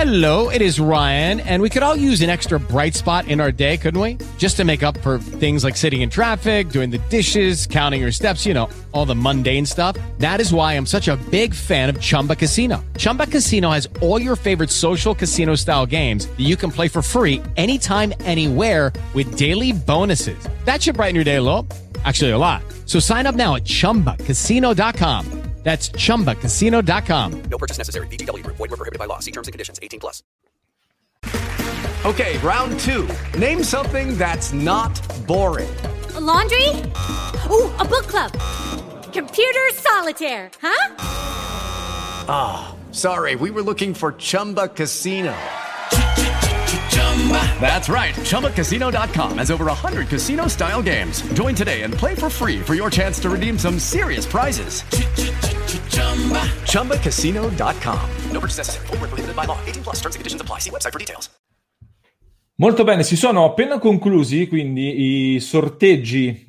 Hello, it is Ryan, and we could all use an extra bright spot in our day, couldn't we? Just to make up for things like sitting in traffic, doing the dishes, counting your steps, you know, all the mundane stuff. That is why I'm such a big fan of Chumba Casino. Chumba Casino has all your favorite social casino-style games that you can play for free anytime, anywhere with daily bonuses. That should brighten your day a little. Actually, a lot. So sign up now at ChumbaCasino.com. That's ChumbaCasino.com. No purchase necessary. VGW Group. Void where prohibited by law. See terms and conditions. 18+. Okay, round two. Name something that's not boring. A laundry? Ooh, a book club. Computer solitaire, huh? Ah, sorry. We were looking for Chumba Casino. That's right. ChumbaCasino.com has over 100 casino-style games. Join today and play for free for your chance to redeem some serious prizes. ChumbaCasino.com. No purchase necessary. Void where prohibited by law. 18+. Terms and conditions apply. See website for details. Molto bene, si sono appena conclusi quindi i sorteggi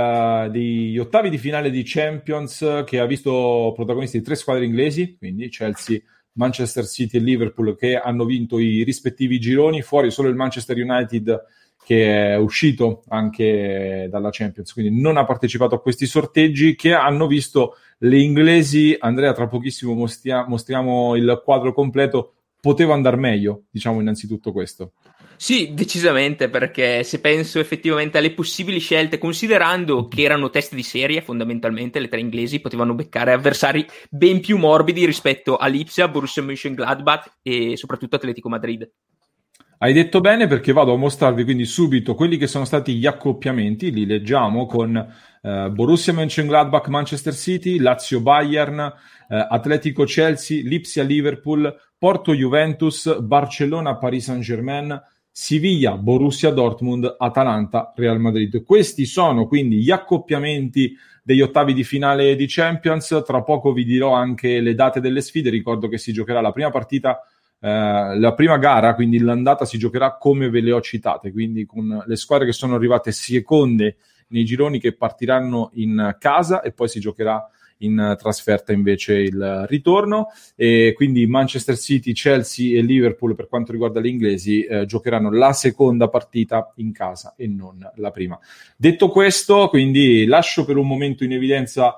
degli ottavi di finale di Champions, che ha visto protagonisti 3 squadre inglesi, quindi Chelsea, Manchester City e Liverpool, che hanno vinto i rispettivi gironi, fuori solo il Manchester United che è uscito anche dalla Champions, quindi non ha partecipato a questi sorteggi, che hanno visto le inglesi. Andrea, tra pochissimo mostriamo il quadro completo. Poteva andare meglio, diciamo innanzitutto questo. Sì, decisamente, perché se penso effettivamente alle possibili scelte, considerando che erano test di serie, fondamentalmente le 3 inglesi potevano beccare avversari ben più morbidi rispetto a Lipsia, Borussia Mönchengladbach e soprattutto Atletico Madrid. Hai detto bene, perché vado a mostrarvi quindi subito quelli che sono stati gli accoppiamenti. Li leggiamo con Borussia Mönchengladbach Manchester City, Lazio Bayern, Atletico Chelsea, Lipsia Liverpool, Porto Juventus, Barcellona Paris Saint-Germain, Siviglia Borussia Dortmund, Atalanta Real Madrid. Questi sono quindi gli accoppiamenti degli ottavi di finale di Champions. Tra poco vi dirò anche le date delle sfide. Ricordo che si giocherà la prima partita, la prima gara, quindi l'andata si giocherà come ve le ho citate, quindi con le squadre che sono arrivate seconde nei gironi che partiranno in casa, e poi si giocherà in trasferta invece il ritorno, e quindi Manchester City, Chelsea e Liverpool, per quanto riguarda gli inglesi, giocheranno la seconda partita in casa e non la prima. Detto questo, quindi lascio per un momento in evidenza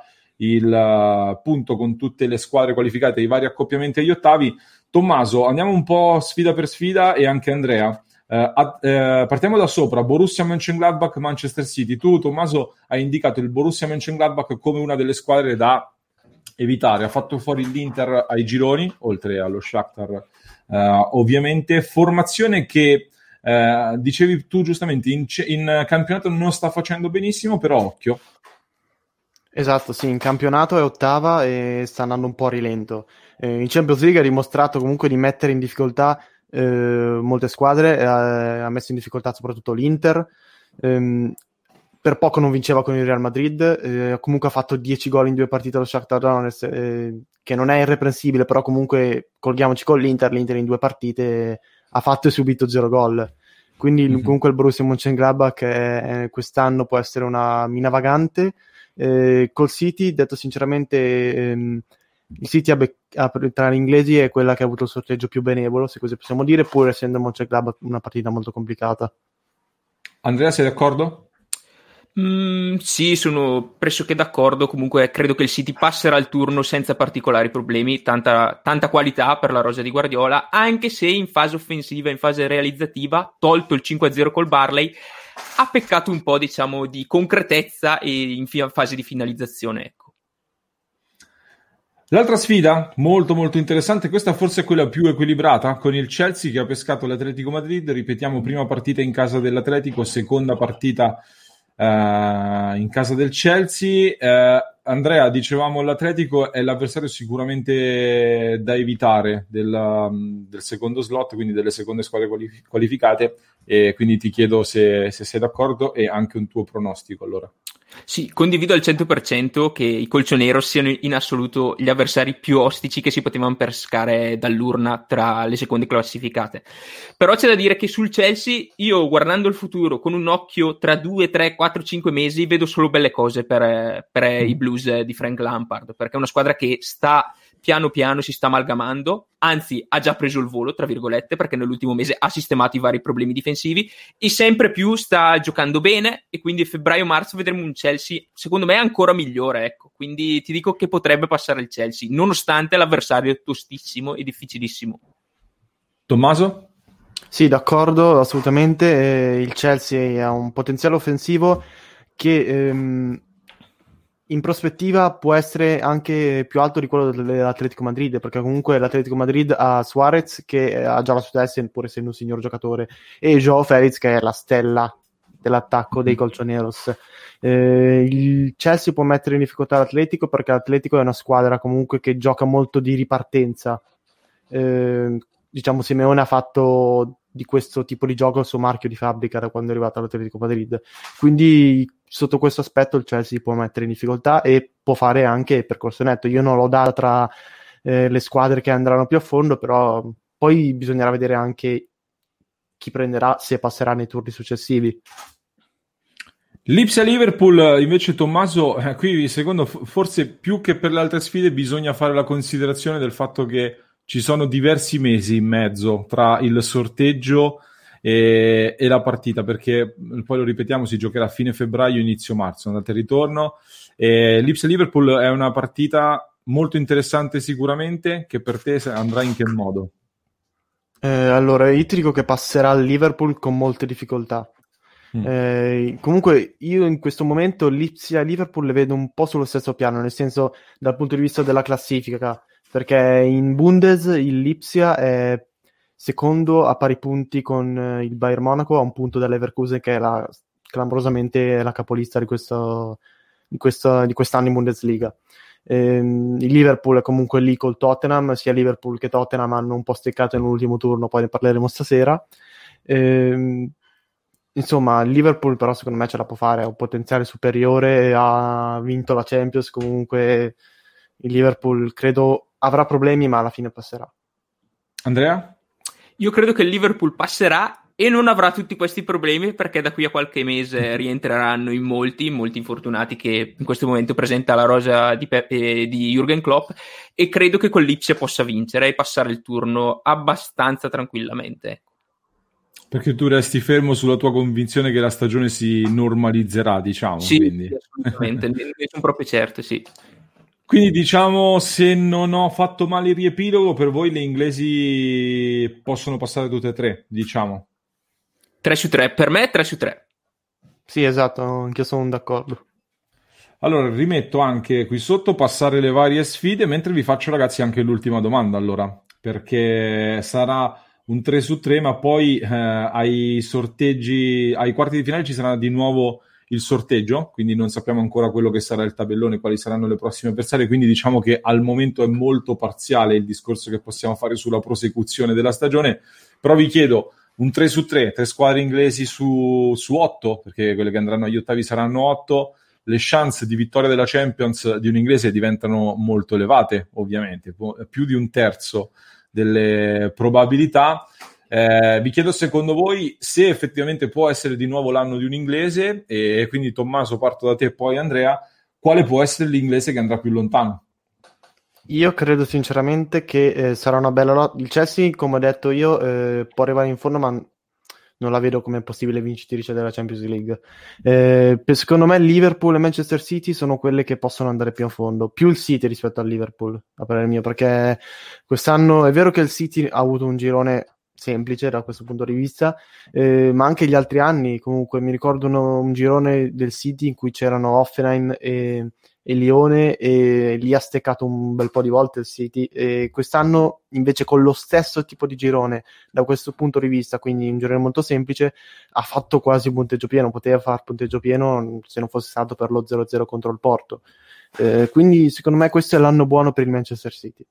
il punto con tutte le squadre qualificate, i vari accoppiamenti agli ottavi. Tommaso, andiamo un po' sfida per sfida, e anche Andrea. Partiamo da sopra, Borussia Mönchengladbach Manchester City. Tu, Tommaso, hai indicato il Borussia Mönchengladbach come una delle squadre da evitare. Ha fatto fuori l'Inter ai gironi, oltre allo Shakhtar ovviamente. Formazione che dicevi tu giustamente in campionato non sta facendo benissimo, però occhio. Esatto, sì, in campionato è ottava e sta andando un po' a rilento. In Champions League ha dimostrato comunque di mettere in difficoltà molte squadre, ha messo in difficoltà soprattutto l'Inter, per poco non vinceva con il Real Madrid, comunque ha fatto 10 gol in 2 partite allo Shakhtar Donetsk, che non è irreprensibile, però comunque colghiamoci con l'Inter in 2 partite ha fatto e subito 0 gol, quindi comunque il Borussia Mönchengladbach quest'anno può essere una mina vagante. Col City, detto sinceramente, il City tra gli inglesi è quella che ha avuto il sorteggio più benevolo, se così possiamo dire, pur essendo Mönchengladbach una partita molto complicata. Andrea, sei d'accordo? Sì, sono pressoché d'accordo. Comunque credo che il City passerà il turno senza particolari problemi, tanta qualità per la rosa di Guardiola, anche se in fase offensiva, in fase realizzativa, tolto il 5-0 col Barley, ha peccato un po', diciamo, di concretezza e in fase di finalizzazione, ecco. L'altra sfida, molto molto interessante, questa forse è quella più equilibrata, con il Chelsea che ha pescato l'Atletico Madrid. Ripetiamo, prima partita in casa dell'Atletico, seconda partita in casa del Chelsea. Andrea, dicevamo l'Atletico è l'avversario sicuramente da evitare del secondo slot, quindi delle seconde squadre qualificate, e quindi ti chiedo se sei d'accordo e anche un tuo pronostico allora. Sì, condivido al 100% che i colchonero siano in assoluto gli avversari più ostici che si potevano pescare dall'urna tra le seconde classificate. Però c'è da dire che sul Chelsea, io guardando il futuro con un occhio tra 2, 3, 4, 5 mesi, vedo solo belle cose per i Blues di Frank Lampard, perché è una squadra che sta piano piano si sta amalgamando, anzi ha già preso il volo, tra virgolette, perché nell'ultimo mese ha sistemato i vari problemi difensivi e sempre più sta giocando bene, e quindi a febbraio-marzo vedremo un Chelsea, secondo me, ancora migliore, ecco. Quindi ti dico che potrebbe passare il Chelsea, nonostante l'avversario tostissimo e difficilissimo. Tommaso? Sì, d'accordo, assolutamente. Il Chelsea ha un potenziale offensivo che in prospettiva può essere anche più alto di quello dell'Atletico Madrid, perché comunque l'Atletico Madrid ha Suarez, che ha già la sua testa, pur essendo un signor giocatore, e Joao Felix, che è la stella dell'attacco dei Colchoneros. Il Chelsea può mettere in difficoltà l'Atletico, perché l'Atletico è una squadra comunque che gioca molto di ripartenza. Diciamo, Simeone ha fatto di questo tipo di gioco il suo marchio di fabbrica da quando è arrivato all'Atletico Madrid, quindi sotto questo aspetto il Chelsea può mettere in difficoltà e può fare anche il percorso netto. Io non l'ho dato tra le squadre che andranno più a fondo, però poi bisognerà vedere anche chi prenderà, se passerà nei turni successivi. Lipsia-Liverpool, invece, Tommaso, qui secondo forse più che per le altre sfide bisogna fare la considerazione del fatto che ci sono diversi mesi in mezzo tra il sorteggio e la partita, perché poi lo ripetiamo, si giocherà a fine febbraio, inizio marzo, andata e ritorno. Lipsia-Liverpool è una partita molto interessante sicuramente, che per te andrà in che modo? Allora, io ti dico che passerà il Liverpool con molte difficoltà. Comunque io in questo momento Lipsia-Liverpool le vedo un po' sullo stesso piano, nel senso, dal punto di vista della classifica, perché in Bundes il Lipsia è secondo a pari punti con il Bayern Monaco, a un punto dall'Leverkusen, che è clamorosamente la capolista di quest'anno in Bundesliga. Il Liverpool è comunque lì col Tottenham, sia Liverpool che Tottenham hanno un po' steccato nell'ultimo turno, poi ne parleremo stasera. Insomma, il Liverpool però secondo me ce la può fare, ha un potenziale superiore, ha vinto la Champions, comunque il Liverpool credo avrà problemi, ma alla fine passerà. Andrea? Io credo che il Liverpool passerà e non avrà tutti questi problemi, perché da qui a qualche mese rientreranno in molti infortunati che in questo momento presenta la rosa di Jürgen Klopp, e credo che con l'Ipsia possa vincere e passare il turno abbastanza tranquillamente. Perché tu resti fermo sulla tua convinzione che la stagione si normalizzerà, diciamo. Sì, quindi. sì, assolutamente, ne sono proprio certo, sì. Quindi diciamo, se non ho fatto male il riepilogo, per voi le inglesi possono passare tutte e tre, diciamo. 3 su 3, per me 3 su 3. Sì, esatto, anche io sono d'accordo. Allora, rimetto anche qui sotto passare le varie sfide, mentre vi faccio, ragazzi, anche l'ultima domanda, allora, perché sarà un 3 su 3, ma poi ai sorteggi, ai quarti di finale ci sarà di nuovo il sorteggio, quindi non sappiamo ancora quello che sarà il tabellone, quali saranno le prossime avversarie, quindi diciamo che al momento è molto parziale il discorso che possiamo fare sulla prosecuzione della stagione, però vi chiedo un 3 su 3, 3 squadre inglesi su 8, perché quelle che andranno agli ottavi saranno 8, le chance di vittoria della Champions di un inglese diventano molto elevate, ovviamente, più di un terzo delle probabilità. Vi chiedo secondo voi se effettivamente può essere di nuovo l'anno di un inglese, e quindi Tommaso parto da te e poi Andrea, quale può essere l'inglese che andrà più lontano? Io credo sinceramente che sarà una bella lotta. Il Chelsea, come ho detto io, può arrivare in fondo, ma non la vedo come possibile vincitrice della Champions League. Secondo me Liverpool e Manchester City sono quelle che possono andare più a fondo, più il City rispetto al Liverpool, a parere mio, perché quest'anno è vero che il City ha avuto un girone semplice da questo punto di vista, ma anche gli altri anni comunque mi ricordano un girone del City in cui c'erano Hoffenheim e Lione, e lì ha steccato un bel po' di volte il City, e quest'anno invece con lo stesso tipo di girone da questo punto di vista, quindi un girone molto semplice, ha fatto quasi un punteggio pieno, poteva far punteggio pieno se non fosse stato per lo 0-0 contro il Porto, quindi secondo me questo è l'anno buono per il Manchester City.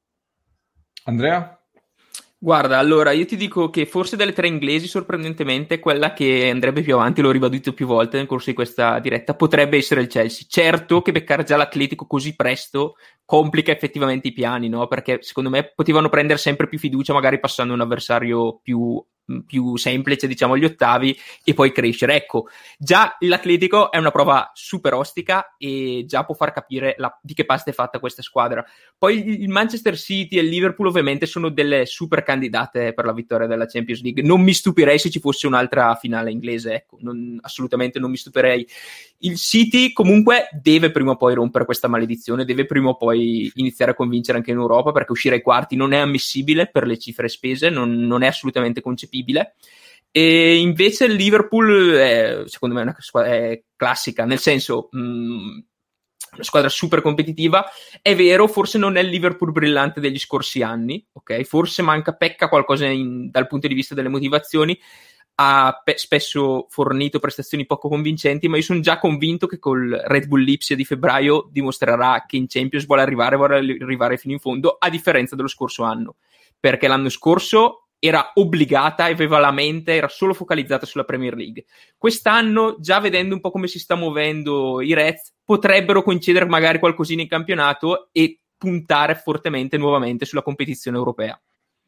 Andrea? Guarda, allora io ti dico che forse delle 3 inglesi, sorprendentemente, quella che andrebbe più avanti, l'ho ribadito più volte nel corso di questa diretta, potrebbe essere il Chelsea. Certo che beccare già l'Atletico così presto complica effettivamente i piani, no? Perché secondo me potevano prendere sempre più fiducia, magari passando un avversario più più semplice, diciamo gli ottavi, e poi crescere. Ecco, già l'Atletico è una prova super ostica e già può far capire di che pasta è fatta questa squadra. Poi il Manchester City e il Liverpool ovviamente sono delle super candidate per la vittoria della Champions League. Non mi stupirei se ci fosse un'altra finale inglese, ecco, assolutamente non mi stupirei. Il City comunque deve prima o poi rompere questa maledizione, deve prima o poi iniziare a convincere anche in Europa, perché uscire ai quarti non è ammissibile per le cifre spese, non è assolutamente concepibile. E invece il Liverpool è, secondo me, una squadra classica, nel senso una squadra super competitiva. È vero, forse non è il Liverpool brillante degli scorsi anni, ok? Forse pecca qualcosa dal punto di vista delle motivazioni, ha spesso fornito prestazioni poco convincenti, ma io sono già convinto che col Red Bull Lipsia di febbraio dimostrerà che in Champions vuole arrivare fino in fondo, a differenza dello scorso anno, perché l'anno scorso era obbligata e aveva la mente, era solo focalizzata sulla Premier League. Quest'anno, già vedendo un po' come si sta muovendo i Reds, potrebbero concedere magari qualcosina in campionato e puntare fortemente nuovamente sulla competizione europea.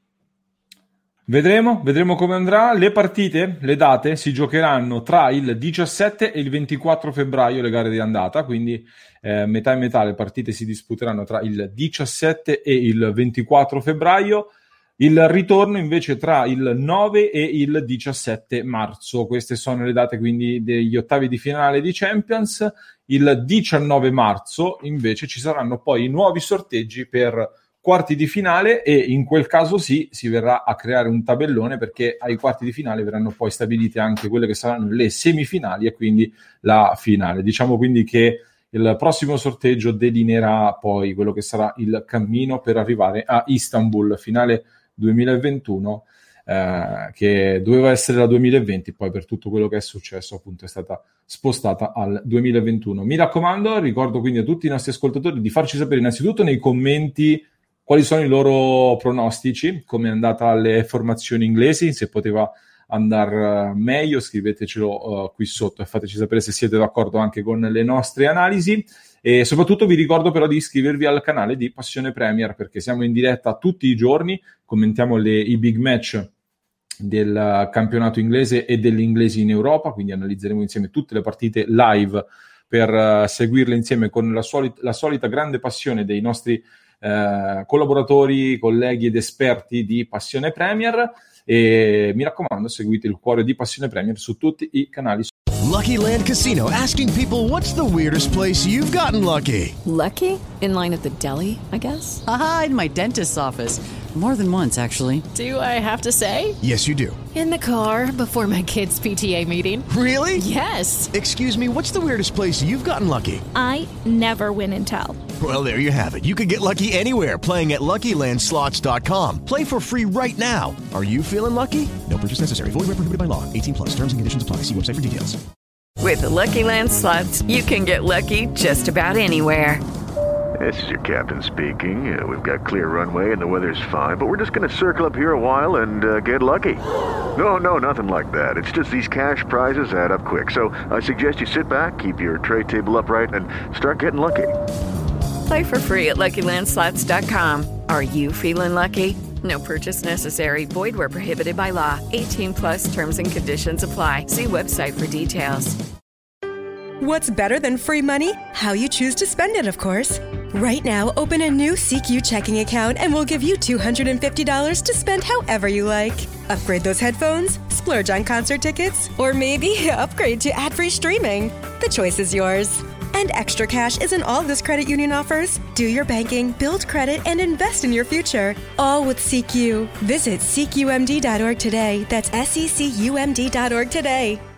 Vedremo come andrà. Le partite, le date si giocheranno tra il 17 e il 24 febbraio, le gare di andata, quindi metà e metà le partite si disputeranno tra il 17 e il 24 febbraio. Il ritorno invece tra il 9 e il 17 marzo. Queste sono le date quindi degli ottavi di finale di Champions. Il 19 marzo invece ci saranno poi i nuovi sorteggi per quarti di finale, e in quel caso sì, si verrà a creare un tabellone, perché ai quarti di finale verranno poi stabilite anche quelle che saranno le semifinali e quindi la finale. Diciamo quindi che il prossimo sorteggio delineerà poi quello che sarà il cammino per arrivare a Istanbul, finale 2021, che doveva essere la 2020, poi per tutto quello che è successo appunto è stata spostata al 2021. Mi raccomando, ricordo quindi a tutti i nostri ascoltatori di farci sapere innanzitutto nei commenti quali sono i loro pronostici, come è andata alle formazioni inglesi, se poteva andare meglio, scrivetecelo qui sotto e fateci sapere se siete d'accordo anche con le nostre analisi. E soprattutto vi ricordo però di iscrivervi al canale di Passione Premier, perché siamo in diretta tutti i giorni, commentiamo i big match del campionato inglese e degli inglesi in Europa, quindi analizzeremo insieme tutte le partite live per seguirle insieme con la solita grande passione dei nostri collaboratori, colleghi ed esperti di Passione Premier. E mi raccomando, seguite il cuore di Passione Premier su tutti i canali. Lucky Land Casino, asking people, what's the weirdest place you've gotten lucky? Lucky? In line at the deli, I guess? Aha, in my dentist's office. More than once, actually. Do I have to say? Yes, you do. In the car before my kids' PTA meeting. Really? Yes. Excuse me, what's the weirdest place you've gotten lucky? I never win and tell. Well, there you have it. You can get lucky anywhere, playing at LuckyLandSlots.com. Play for free right now. Are you feeling lucky? No purchase necessary. Void where prohibited by law. 18+. Terms and conditions apply. See website for details. With the Lucky Land Slots, you can get lucky just about anywhere. This is your captain speaking. We've got clear runway and the weather's fine, but we're just going to circle up here a while and get lucky. No, nothing like that. It's just these cash prizes add up quick. So I suggest you sit back, keep your tray table upright, and start getting lucky. Play for free at LuckyLandSlots.com. Are you feeling lucky? No purchase necessary. Void where prohibited by law. 18+ terms and conditions apply. See website for details. What's better than free money? How you choose to spend it, of course. Right now, open a new CQ checking account and we'll give you $250 to spend however you like. Upgrade those headphones, splurge on concert tickets, or maybe upgrade to ad-free streaming. The choice is yours. And extra cash isn't all this credit union offers. Do your banking, build credit, and invest in your future. All with CQ. Visit CQMD.org today. That's SECUMD.org today.